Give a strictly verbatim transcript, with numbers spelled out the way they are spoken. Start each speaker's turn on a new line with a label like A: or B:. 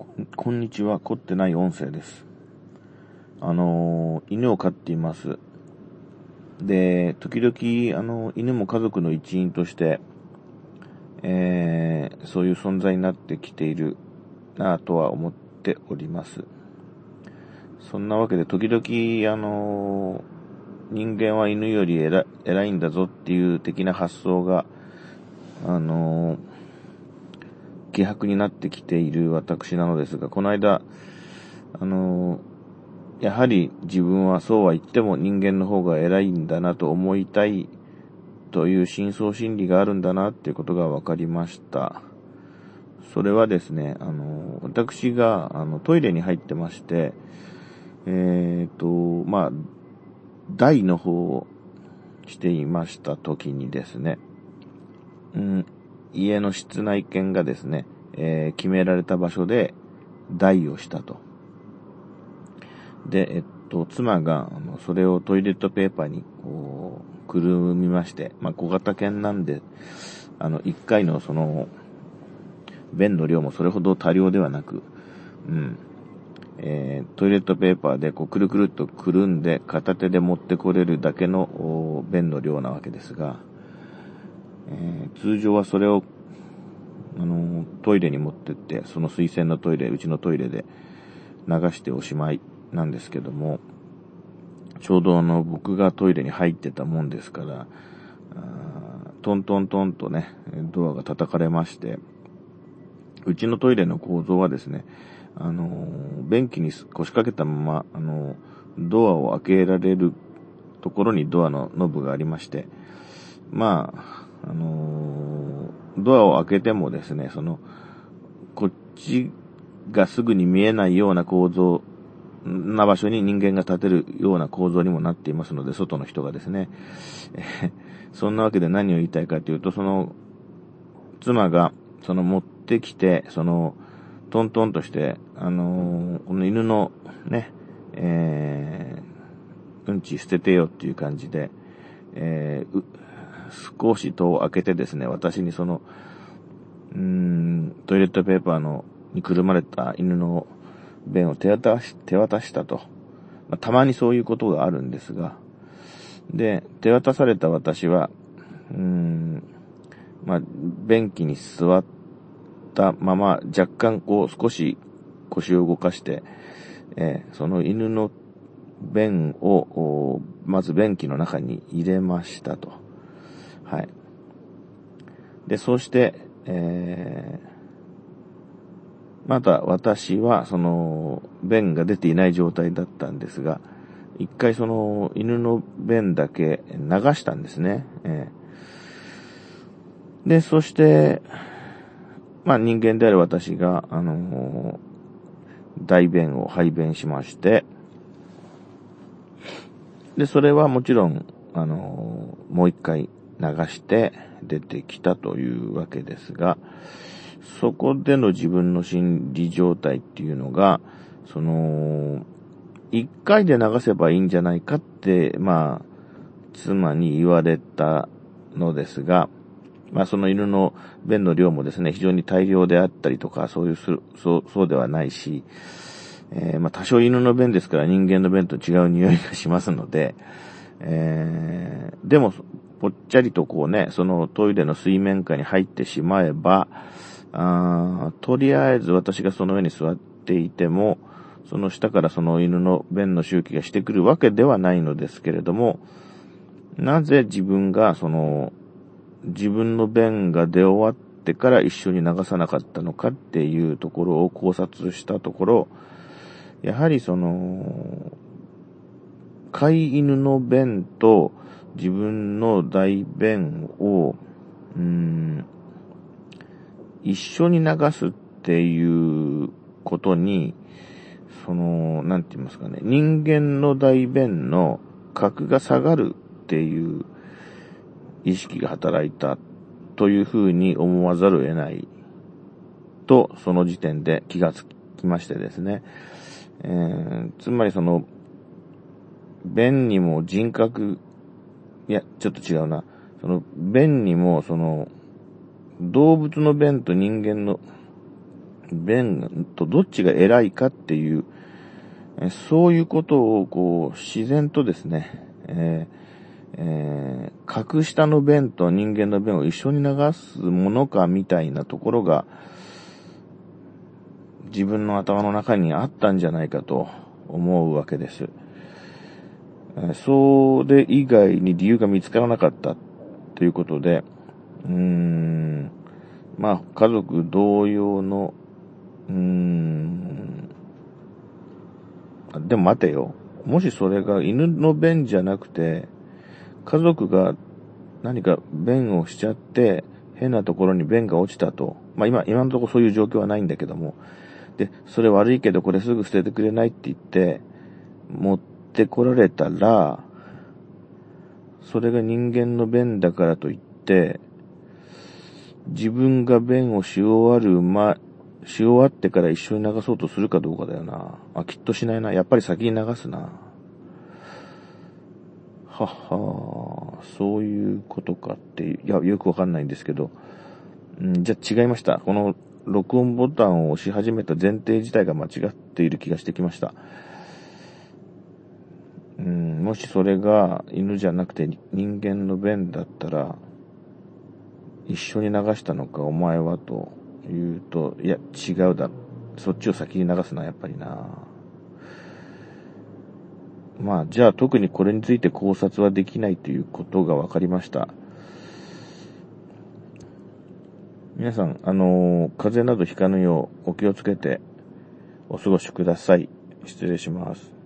A: こんにちは。凝ってない音声です。あのー、犬を飼っています。で、時々、あの、犬も家族の一員として、えー、そういう存在になってきているなぁとは思っております。そんなわけで、時々、あのー、人間は犬より偉、偉いんだぞっていう的な発想が、あのー、希薄になってきている私なのですが、この間、あのー、やはり自分はそうは言っても人間の方が偉いんだなと思いたいという深層心理があるんだなっていうことが分かりました。それはですね、あの、私があのトイレに入ってまして、えっと、まあ、台の方をしていました時にですね、うん、家の室内犬がですね、えー、決められた場所で台をしたと。で、えっと、妻が、あの、それをトイレットペーパーに、こう、くるみまして、まあ、小型犬なんで、あの、一回のその、便の量もそれほど多量ではなく、うん、えー、トイレットペーパーで、こう、くるくるっとくるんで、片手で持ってこれるだけの、便の量なわけですが、えー、通常はそれを、あの、トイレに持ってって、その水洗のトイレ、うちのトイレで流しておしまいなんですけども、ちょうどあの僕がトイレに入ってたもんですから、トントントンとね、ドアが叩かれまして、うちのトイレの構造はですね、あの、便器に腰掛けたまま、あの、ドアを開けられるところにドアのノブがありまして、まあ、あの、ドアを開けてもですね、その、こっちがすぐに見えないような構造な場所に人間が立てるような構造にもなっていますので、外の人がですね。そんなわけで何を言いたいかというと、その、妻が、その持ってきて、その、トントンとして、あのー、この犬のね、えー、うんち捨ててよっていう感じで、えー、少し戸を開けてですね、私にその、うーん、トイレットペーパーの、にくるまれた犬の便を手渡し、手渡したと。まあ、たまにそういうことがあるんですが、で、手渡された私は、うーん、まあ、便器に座ったまま、若干こう少し腰を動かして、えー、その犬の便を、まず便器の中に入れましたと。はい。で、そうして、えー、まだ私は、その、便が出ていない状態だったんですが、一回その、犬の便だけ流したんですね。えー、で、そして、まあ人間である私が、あのー、大便を排便しまして、で、それはもちろん、あのー、もう一回流して出てきたというわけですが、そこでの自分の心理状態っていうのが、その、一回で流せばいいんじゃないかって、まあ、妻に言われたのですが、まあその犬の便の量もですね、非常に大量であったりとか、そういう、そう、そうではないし、えー、まあ多少犬の便ですから人間の便と違う匂いがしますので、えー、でも、ぽっちゃりとこうね、そのトイレの水面下に入ってしまえば、あとりあえず私がその上に座っていても、その下からその犬の便の周期がしてくるわけではないのですけれども、なぜ自分がその、自分の便が出終わってから一緒に流さなかったのかっていうところを考察したところ、やはりその、飼い犬の便と自分の大便を、うーん、一緒に流すっていうことに、その、なんて言いますかね、人間の大便の格が下がるっていう意識が働いたというふうに思わざるを得ないと、その時点で気がつきましてですね。えー、つまりその、便にも人格、いや、ちょっと違うな。その、便にも、その、動物の便と人間の便とどっちが偉いかっていう、そういうことをこう自然とですね、えーえー、格下の便と人間の便を一緒に流すものかみたいなところが自分の頭の中にあったんじゃないかと思うわけです。それ以外に理由が見つからなかったということで、うーん、まあ家族同様の、うーん、でも待てよ。もしそれが犬の便じゃなくて、家族が何か便をしちゃって、変なところに便が落ちたと。まあ今、今のところそういう状況はないんだけども。で、それ悪いけどこれすぐ捨ててくれないって言って、持ってこられたら、それが人間の便だからといって、自分が便をし終わるま、し終わってから一緒に流そうとするかどうかだよな。あ、きっとしないな。やっぱり先に流すな。ははそういうことかって、いや、よくわかんないんですけど、んじゃあ違いました。この録音ボタンを押し始めた前提自体が間違っている気がしてきました。うん、もしそれが犬じゃなくて人間の便だったら、一緒に流したのかお前はと言うと、いや違うだ。そっちを先に流すな、やっぱりな。まあ、じゃあ特にこれについて考察はできないということが分かりました。皆さん、あのー、風邪などひかぬようお気をつけてお過ごしください。失礼します。